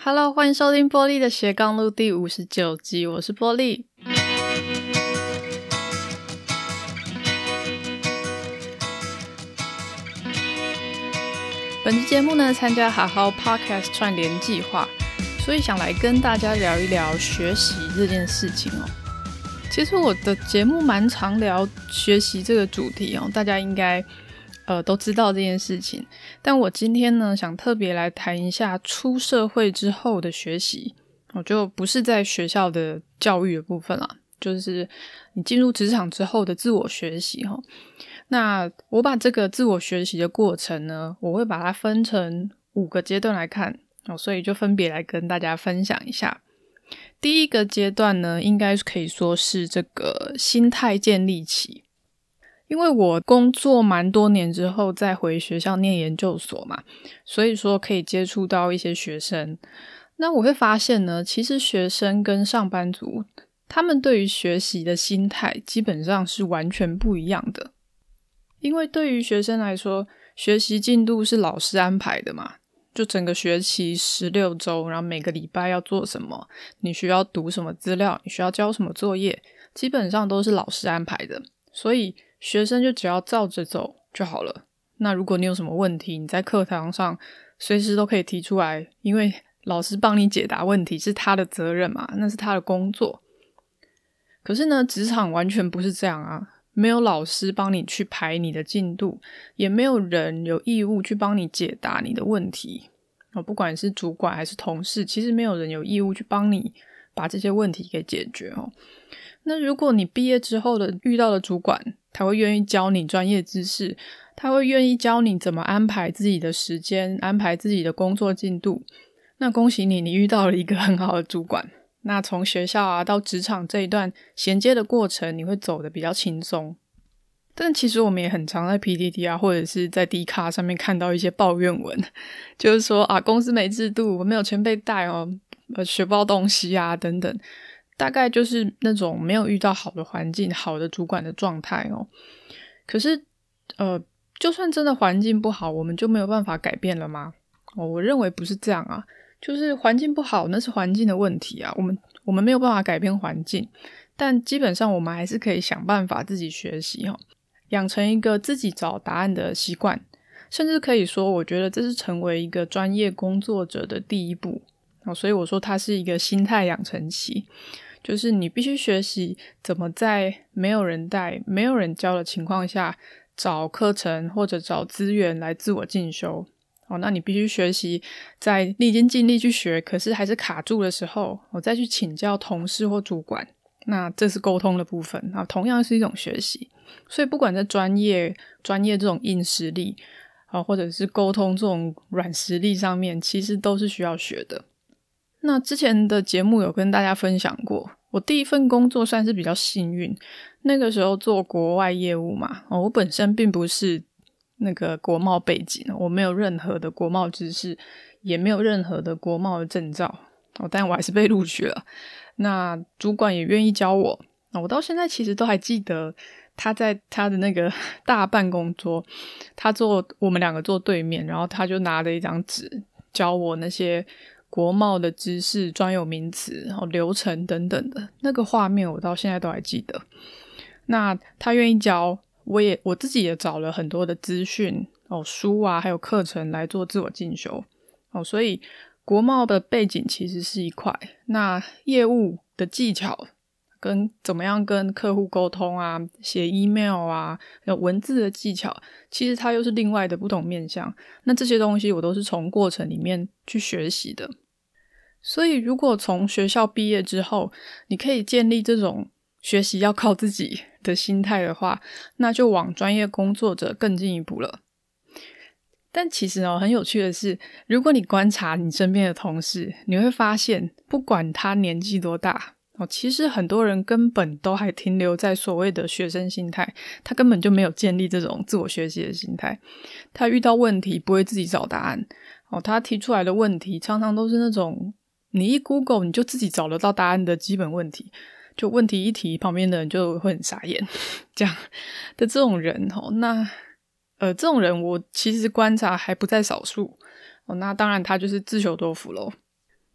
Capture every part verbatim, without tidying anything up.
Hello， 欢迎收听波莉的斜杠路第五十九集，我是波莉。本期节目呢，参加好好 Podcast 串联计划，所以想来跟大家聊一聊学习这件事情哦。其实我的节目蛮常聊学习这个主题哦，大家应该呃都知道这件事情。但我今天呢，想特别来谈一下出社会之后的学习，我就不是在学校的教育的部分啦，就是你进入职场之后的自我学习哦。那我把这个自我学习的过程呢，我会把它分成五个阶段来看哦，所以就分别来跟大家分享一下。第一个阶段呢，应该可以说是这个心态建立期。因为我工作蛮多年之后再回学校念研究所嘛，所以说可以接触到一些学生。那我会发现呢，其实学生跟上班族他们对于学习的心态基本上是完全不一样的。因为对于学生来说，学习进度是老师安排的嘛，就整个学期十六周，然后每个礼拜要做什么，你需要读什么资料，你需要交什么作业，基本上都是老师安排的，所以学生就只要照着走就好了。那如果你有什么问题，你在课堂上随时都可以提出来，因为老师帮你解答问题是他的责任嘛，那是他的工作。可是呢，职场完全不是这样啊，没有老师帮你去排你的进度，也没有人有义务去帮你解答你的问题哦，不管是主管还是同事，其实没有人有义务去帮你把这些问题给解决哦。那如果你毕业之后的遇到的主管，他会愿意教你专业知识，他会愿意教你怎么安排自己的时间，安排自己的工作进度，那恭喜你，你遇到了一个很好的主管。那从学校啊到职场这一段衔接的过程，你会走得比较轻松。但其实我们也很常在 P T T 啊，或者是在 D 卡上面看到一些抱怨文，就是说啊，公司没制度，我没有钱被带哦，呃，学不到东西啊等等，大概就是那种没有遇到好的环境、好的主管的状态哦。可是呃，就算真的环境不好，我们就没有办法改变了吗？哦，我认为不是这样啊，就是环境不好，那是环境的问题啊，我们我们没有办法改变环境，但基本上我们还是可以想办法自己学习哦，养成一个自己找答案的习惯，甚至可以说，我觉得这是成为一个专业工作者的第一步哦，所以我说它是一个心态养成期，就是你必须学习怎么在没有人带、没有人教的情况下，找课程或者找资源来自我进修。哦，那你必须学习在你已经尽力去学，可是还是卡住的时候，我再去请教同事或主管，那这是沟通的部分啊，同样是一种学习。所以不管在专业专业这种硬实力啊，或者是沟通这种软实力上面，其实都是需要学的。那之前的节目有跟大家分享过，我第一份工作算是比较幸运，那个时候做国外业务嘛，哦，我本身并不是那个国贸背景，我没有任何的国贸知识，也没有任何的国贸的证照，哦，但我还是被录取了。那主管也愿意教我，哦，我到现在其实都还记得他在他的那个大办公桌，他坐我们两个坐对面，然后他就拿着一张纸教我那些国贸的知识、专有名词、然后流程等等的，那个画面我到现在都还记得。那他愿意教，我也我自己也找了很多的资讯哦，书啊，还有课程来做自我进修哦，所以国贸的背景其实是一块，那业务的技巧跟怎么样跟客户沟通啊，写 email 啊，有文字的技巧，其实它又是另外的不同面向。那这些东西我都是从过程里面去学习的。所以如果从学校毕业之后，你可以建立这种学习要靠自己的心态的话，那就往专业工作者更进一步了。但其实哦，很有趣的是，如果你观察你身边的同事，你会发现不管他年纪多大哦，其实很多人根本都还停留在所谓的学生心态，他根本就没有建立这种自我学习的心态。他遇到问题不会自己找答案哦，他提出来的问题常常都是那种你一 Google 你就自己找得到答案的基本问题，就问题一提，旁边的人就会很傻眼这样的这种人哦，那呃，这种人我其实观察还不在少数哦，那当然他就是自求多福咯。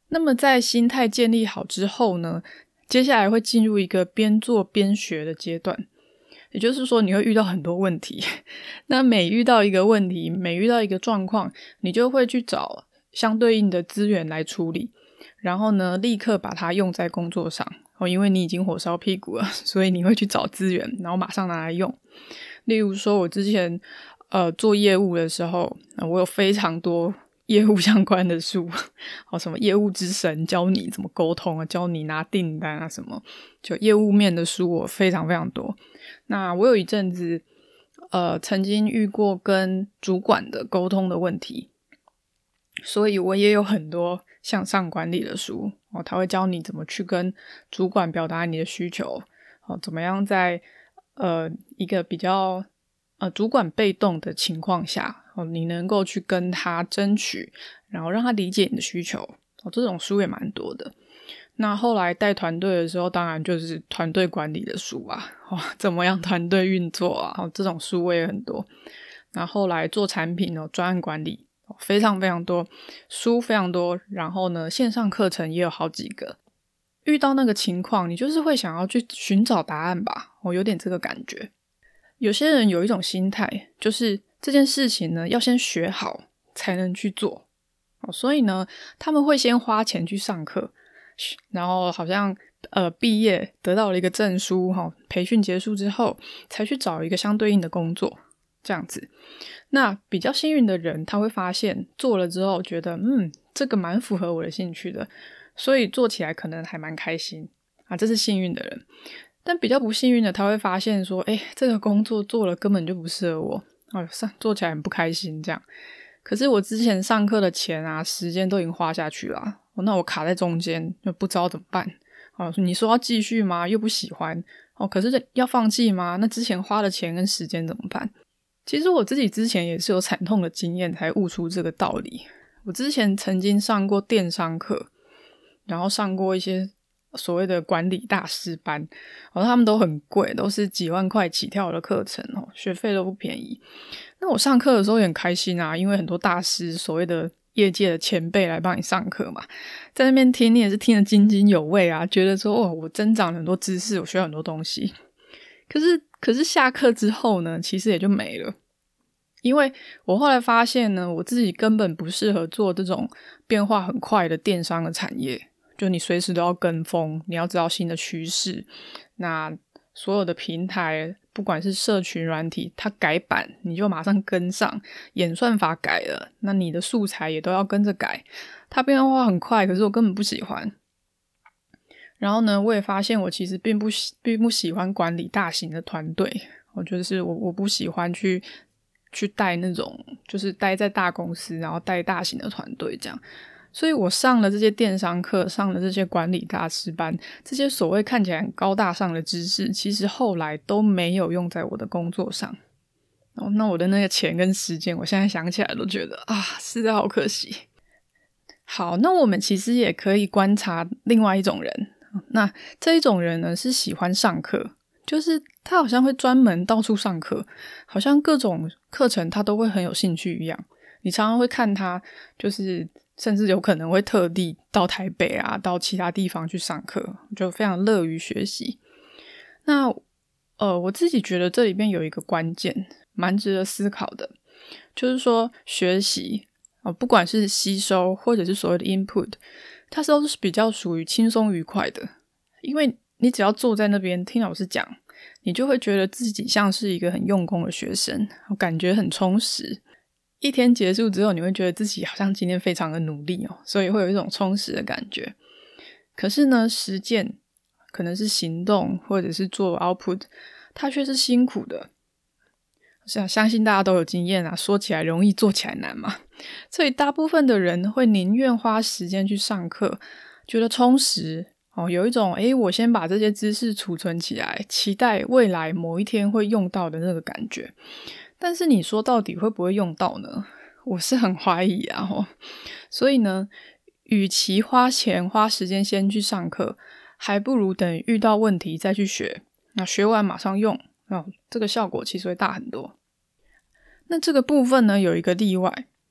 那么在心态建立好之后呢，接下来会进入一个边做边学的阶段。也就是说你会遇到很多问题，那每遇到一个问题，每遇到一个状况，你就会去找相对应的资源来处理，然后呢立刻把它用在工作上。哦，因为你已经火烧屁股了，所以你会去找资源，然后马上拿来用。例如说我之前呃做业务的时候，呃、我有非常多业务相关的书，哦，什么业务之神教你怎么沟通啊，教你拿订单啊，什么就业务面的书我非常非常多。那我有一阵子呃曾经遇过跟主管的沟通的问题，所以我也有很多向上管理的书，哦，他会教你怎么去跟主管表达你的需求，哦，怎么样在呃一个比较呃主管被动的情况下，哦，你能够去跟他争取，然后让他理解你的需求，哦，这种书也蛮多的。那后来带团队的时候，当然就是团队管理的书啊，哦，怎么样团队运作啊，哦，这种书我也很多。那后来做产品哦，专案管理哦，非常非常多书，非常多。然后呢，线上课程也有好几个。遇到那个情况，你就是会想要去寻找答案吧，我有点这个感觉。有些人有一种心态，就是这件事情呢要先学好才能去做，哦，所以呢他们会先花钱去上课，然后好像呃毕业得到了一个证书，哦，培训结束之后才去找一个相对应的工作，这样子。那比较幸运的人，他会发现做了之后觉得嗯这个蛮符合我的兴趣的，所以做起来可能还蛮开心啊，这是幸运的人。但比较不幸运的，他会发现说诶这个工作做了根本就不适合我，哦，做起来很不开心这样。可是我之前上课的钱啊时间都已经花下去了，啊，哦，那我卡在中间就不知道怎么办，哦，你说要继续吗？又不喜欢，哦，可是要放弃吗？那之前花的钱跟时间怎么办？其实我自己之前也是有惨痛的经验才悟出这个道理。我之前曾经上过电商课，然后上过一些所谓的管理大师班，哦，他们都很贵，都是几万块起跳的课程，哦，学费都不便宜。那我上课的时候也很开心啊，因为很多大师所谓的业界的前辈来帮你上课嘛，在那边听你也是听得津津有味啊，觉得说哦，我增长了很多知识，我学了很多东西。可是可是下课之后呢，其实也就没了。因为我后来发现呢，我自己根本不适合做这种变化很快的电商的产业，就你随时都要跟风，你要知道新的趋势，那所有的平台不管是社群软体它改版你就马上跟上，演算法改了，那你的素材也都要跟着改，它变化很快，可是我根本不喜欢。然后呢，我也发现我其实并不并不喜欢管理大型的团队，我觉得是我我不喜欢去去带那种就是待在大公司然后带大型的团队这样。所以我上了这些电商课，上了这些管理大师班，这些所谓看起来很高大上的知识，其实后来都没有用在我的工作上。哦，那我的那个钱跟时间，我现在想起来都觉得啊，实在好可惜。好，那我们其实也可以观察另外一种人，那这一种人呢是喜欢上课，就是他好像会专门到处上课，好像各种课程他都会很有兴趣一样。你常常会看他就是甚至有可能会特地到台北啊到其他地方去上课，就非常乐于学习。那呃，我自己觉得这里面有一个关键蛮值得思考的，就是说学习呃、不管是吸收或者是所谓的 input， 它都是比较属于轻松愉快的，因为你只要坐在那边听老师讲，你就会觉得自己像是一个很用功的学生，感觉很充实。一天结束之后，你会觉得自己好像今天非常的努力哦，所以会有一种充实的感觉。可是呢，实践可能是行动或者是做 output， 它却是辛苦的。相信大家都有经验啊，说起来容易做起来难嘛，所以大部分的人会宁愿花时间去上课，觉得充实哦，有一种诶我先把这些知识储存起来，期待未来某一天会用到的那个感觉。但是你说到底会不会用到呢？我是很怀疑啊，哦，所以呢，与其花钱花时间先去上课，还不如等遇到问题再去学，那学完马上用，哦，这个效果其实会大很多。那这个部分呢有一个例外，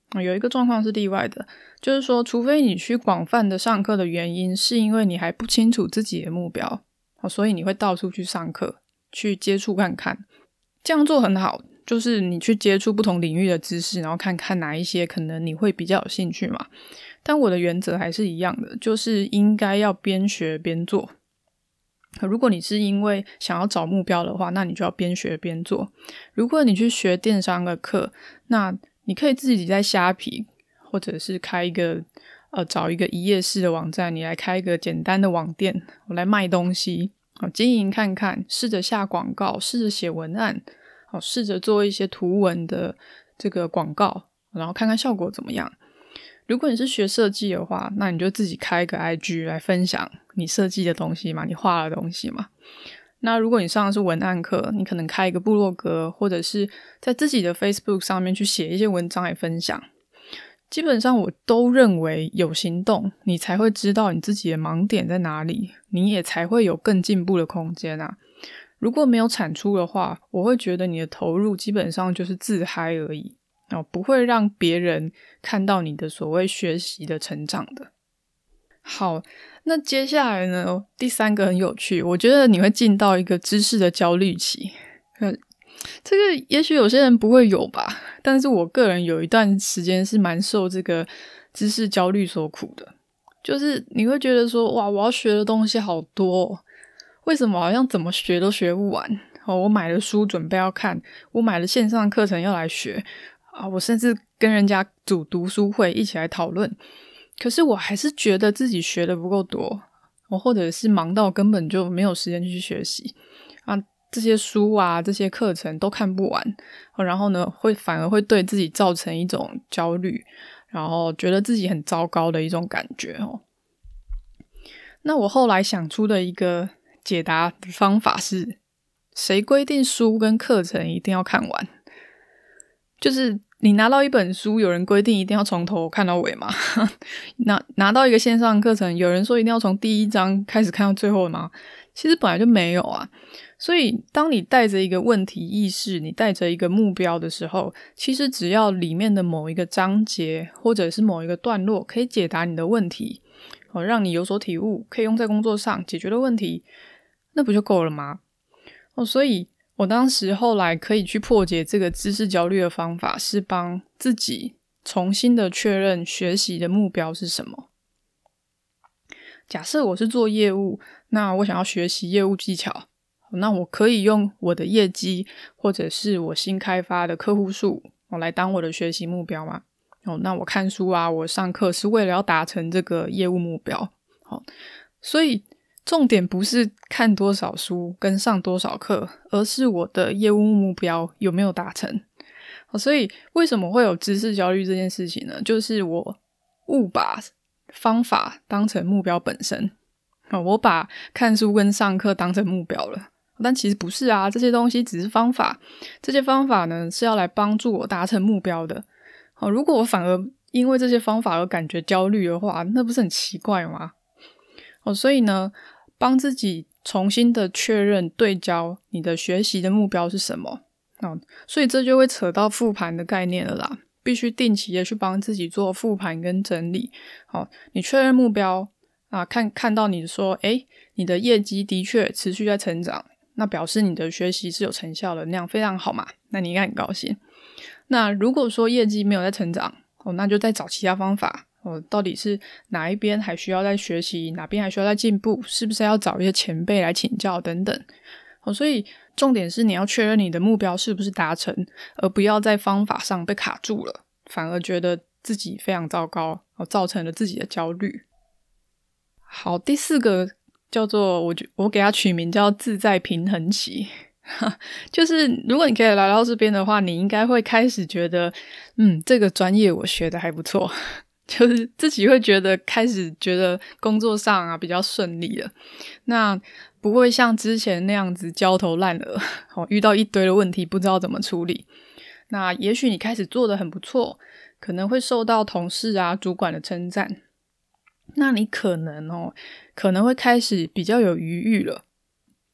有一个状况是例外的，就是说除非你去广泛的上课的原因是因为你还不清楚自己的目标，所以你会到处去上课去接触看看，这样做很好，就是你去接触不同领域的知识，然后看看哪一些可能你会比较有兴趣嘛。但我的原则还是一样的，就是应该要边学边做。如果你是因为想要找目标的话，那你就要边学边做。如果你去学电商的课，那你可以自己在虾皮或者是开一个呃找一个一页式的网站，你来开一个简单的网店，我来卖东西，经营看看，试着下广告，试着写文案，试着做一些图文的这个广告，然后看看效果怎么样。如果你是学设计的话，那你就自己开一个 I G 来分享你设计的东西嘛，你画的东西嘛。那如果你上的是文案课，你可能开一个部落格，或者是在自己的 Facebook 上面去写一些文章来分享。基本上我都认为有行动，你才会知道你自己的盲点在哪里，你也才会有更进步的空间啊。如果没有产出的话，我会觉得你的投入基本上就是自嗨而已，哦，不会让别人看到你的所谓学习的成长的。好，那接下来呢，第三个很有趣，我觉得你会进到一个知识的焦虑期。这个也许有些人不会有吧，但是我个人有一段时间是蛮受这个知识焦虑所苦的。就是你会觉得说，哇，我要学的东西好多哦，为什么好像怎么学都学不完？哦，我买了书准备要看，我买了线上课程要来学啊，我甚至跟人家组读书会一起来讨论，可是我还是觉得自己学的不够多，或者是忙到根本就没有时间去学习啊，这些书啊这些课程都看不完，然后呢会反而会对自己造成一种焦虑，然后觉得自己很糟糕的一种感觉哦。那我后来想出的一个解答的方法是，谁规定书跟课程一定要看完？就是你拿到一本书，有人规定一定要从头看到尾吗？拿拿到一个线上课程，有人说一定要从第一章开始看到最后吗？其实本来就没有啊。所以当你带着一个问题意识，你带着一个目标的时候，其实只要里面的某一个章节或者是某一个段落可以解答你的问题，哦，让你有所体悟，可以用在工作上解决的问题，那不就够了吗？哦，所以我当时后来可以去破解这个知识焦虑的方法，是帮自己重新的确认学习的目标是什么。假设我是做业务，那我想要学习业务技巧，那我可以用我的业绩或者是我新开发的客户数来当我的学习目标吗？哦，那我看书啊，我上课是为了要达成这个业务目标。好，所以重点不是看多少书跟上多少课，而是我的业务目标有没有达成。所以为什么会有知识焦虑这件事情呢？就是我误把方法当成目标本身，我把看书跟上课当成目标了，但其实不是啊，这些东西只是方法，这些方法呢是要来帮助我达成目标的。如果我反而因为这些方法而感觉焦虑的话，那不是很奇怪吗？所以呢，帮自己重新的确认对焦你的学习的目标是什么。所以这就会扯到复盘的概念了啦，必须定期的去帮自己做复盘跟整理。好，你确认目标啊，看看到你说诶你的业绩的确持续在成长，那表示你的学习是有成效的，那样非常好嘛，那你应该很高兴。那如果说业绩没有在成长，哦，那就再找其他方法，哦，到底是哪一边还需要再学习，哪边还需要再进步，是不是要找一些前辈来请教等等。哦，所以重点是你要确认你的目标是不是达成，而不要在方法上被卡住了，反而觉得自己非常糟糕，哦，造成了自己的焦虑。好，第四个叫做我我给它取名叫自在平衡期。就是如果你可以来到这边的话，你应该会开始觉得嗯，这个专业我学的还不错，就是自己会觉得开始觉得工作上啊比较顺利了，那不会像之前那样子焦头烂额，哦，遇到一堆的问题不知道怎么处理。那也许你开始做得很不错，可能会受到同事啊主管的称赞，那你可能哦可能会开始比较有余裕了。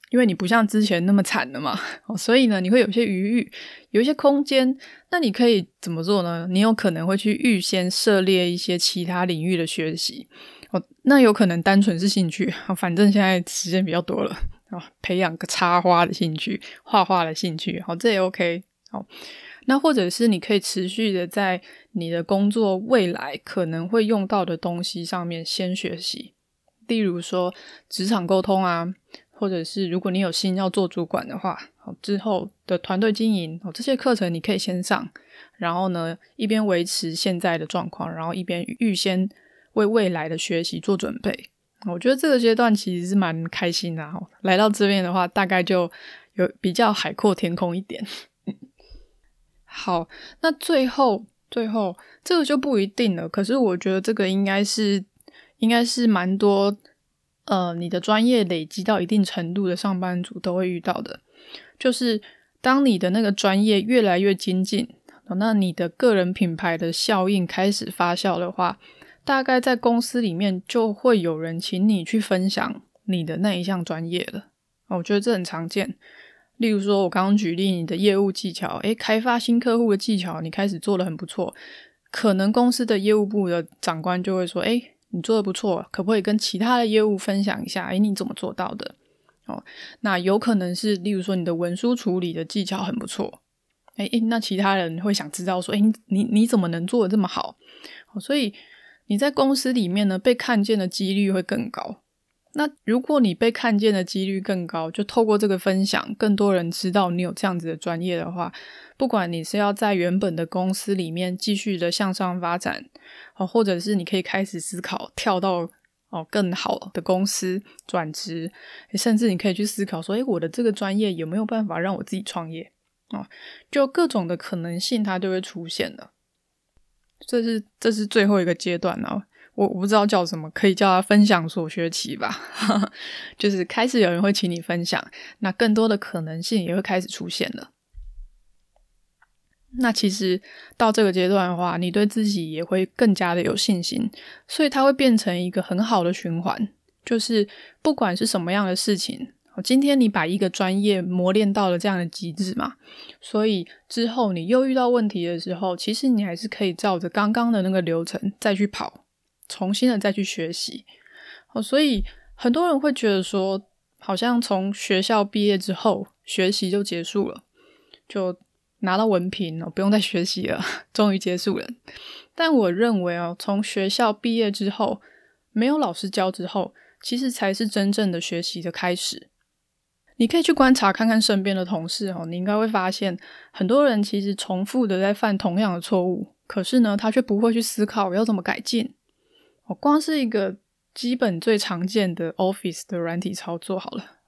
因为你不像之前那么惨了嘛，哦，所以呢你会有些余裕，有一些空间。那你可以怎么做呢？你有可能会去预先涉猎一些其他领域的学习，哦，那有可能单纯是兴趣，哦，反正现在时间比较多了，哦，培养个插花的兴趣，画画的兴趣，好，这也 OK。 好，那或者是你可以持续的在你的工作未来可能会用到的东西上面先学习，例如说职场沟通啊，或者是如果你有心要做主管的话，好，之后的团队经营，这些课程你可以先上，然后呢一边维持现在的状况，然后一边预先为未来的学习做准备。我觉得这个阶段其实是蛮开心的，来到这边的话大概就有比较海阔天空一点。好，那最后最后这个就不一定了，可是我觉得这个应该是应该是蛮多呃你的专业累积到一定程度的上班族都会遇到的，就是当你的那个专业越来越精进，那你的个人品牌的效应开始发酵的话，大概在公司里面就会有人请你去分享你的那一项专业了。我觉得这很常见，例如说我刚刚举例你的业务技巧，诶，开发新客户的技巧你开始做得很不错，可能公司的业务部的长官就会说，诶，你做得不错，可不可以跟其他的业务分享一下，诶，你怎么做到的。哦，那有可能是例如说你的文书处理的技巧很不错，诶诶那其他人会想知道说，诶你你怎么能做得这么好。哦，所以你在公司里面呢被看见的几率会更高。那如果你被看见的几率更高，就透过这个分享更多人知道你有这样子的专业的话，不管你是要在原本的公司里面继续的向上发展，哦，或者是你可以开始思考跳到哦更好的公司转职，甚至你可以去思考说，诶我的这个专业有没有办法让我自己创业，哦，就各种的可能性它就会出现了。这是这是最后一个阶段啊，我我不知道叫什么，可以叫它分享所学期吧就是开始有人会请你分享，那更多的可能性也会开始出现了。那其实到这个阶段的话，你对自己也会更加的有信心，所以它会变成一个很好的循环，就是不管是什么样的事情，今天你把一个专业磨练到了这样的极致嘛，所以之后你又遇到问题的时候，其实你还是可以照着刚刚的那个流程再去跑，重新的再去学习。所以很多人会觉得说，好像从学校毕业之后学习就结束了，就拿到文凭，不用再学习了，终于结束了。但我认为哦，从学校毕业之后，没有老师教之后，其实才是真正的学习的开始。你可以去观察看看身边的同事哦，你应该会发现很多人其实重复的在犯同样的错误，可是呢他却不会去思考要怎么改进。哦，光是一个基本最常见的 Office 的软体操作好了，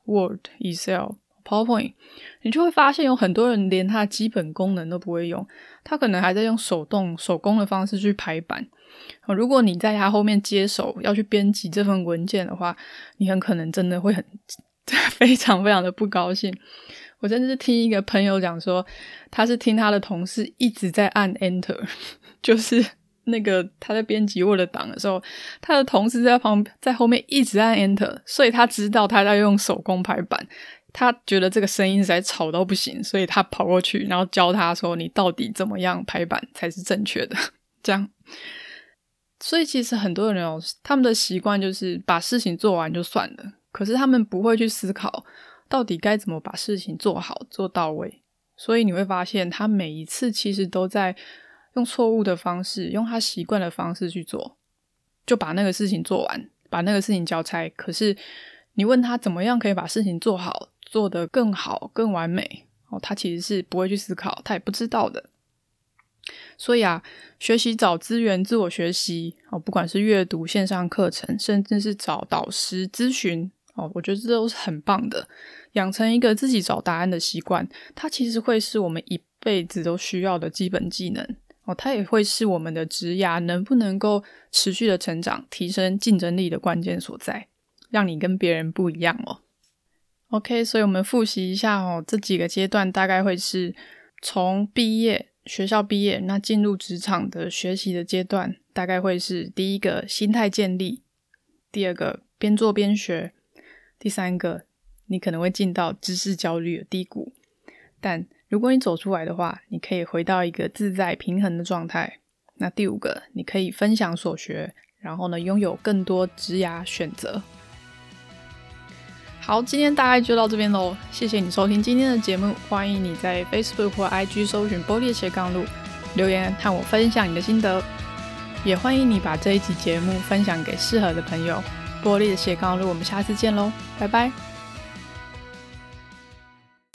Word、Excel、PowerPoint， 你就会发现有很多人连它的基本功能都不会用，他可能还在用手动手工的方式去排版。哦，如果你在他后面接手要去编辑这份文件的话，你很可能真的会很非常非常的不高兴。我真的是听一个朋友讲说，他是听他的同事一直在按 Enter， 就是那个他在编辑 Word 档的时候，他的同事在旁在后面一直按 Enter， 所以他知道他在用手工排版，他觉得这个声音实在吵到不行，所以他跑过去然后教他说，你到底怎么样排版才是正确的，这样。所以其实很多人哦，他们的习惯就是把事情做完就算了，可是他们不会去思考到底该怎么把事情做好做到位。所以你会发现他每一次其实都在用错误的方式，用他习惯的方式去做，就把那个事情做完，把那个事情交差，可是你问他怎么样可以把事情做好，做得更好更完美，哦，他其实是不会去思考，他也不知道的。所以啊，学习找资源自我学习，哦，不管是阅读线上课程，甚至是找导师咨询，哦，我觉得这都是很棒的。养成一个自己找答案的习惯，它其实会是我们一辈子都需要的基本技能，哦，它也会是我们的职涯能不能够持续的成长，提升竞争力的关键所在，让你跟别人不一样哦。OK， 所以我们复习一下哦，这几个阶段大概会是从毕业学校毕业，那进入职场的学习的阶段，大概会是第一个心态建立，第二个边做边学，第三个你可能会进到知识焦虑的低谷。但如果你走出来的话，你可以回到一个自在平衡的状态。那第五个，你可以分享所学，然后呢，拥有更多职涯选择。好，今天大概就到这边咯，谢谢你收听今天的节目，欢迎你在 Facebook 或 I G 搜寻波莉斜杠路留言和我分享你的心得，也欢迎你把这一集节目分享给适合的朋友。波莉的斜杠路，我们下次见咯，拜拜。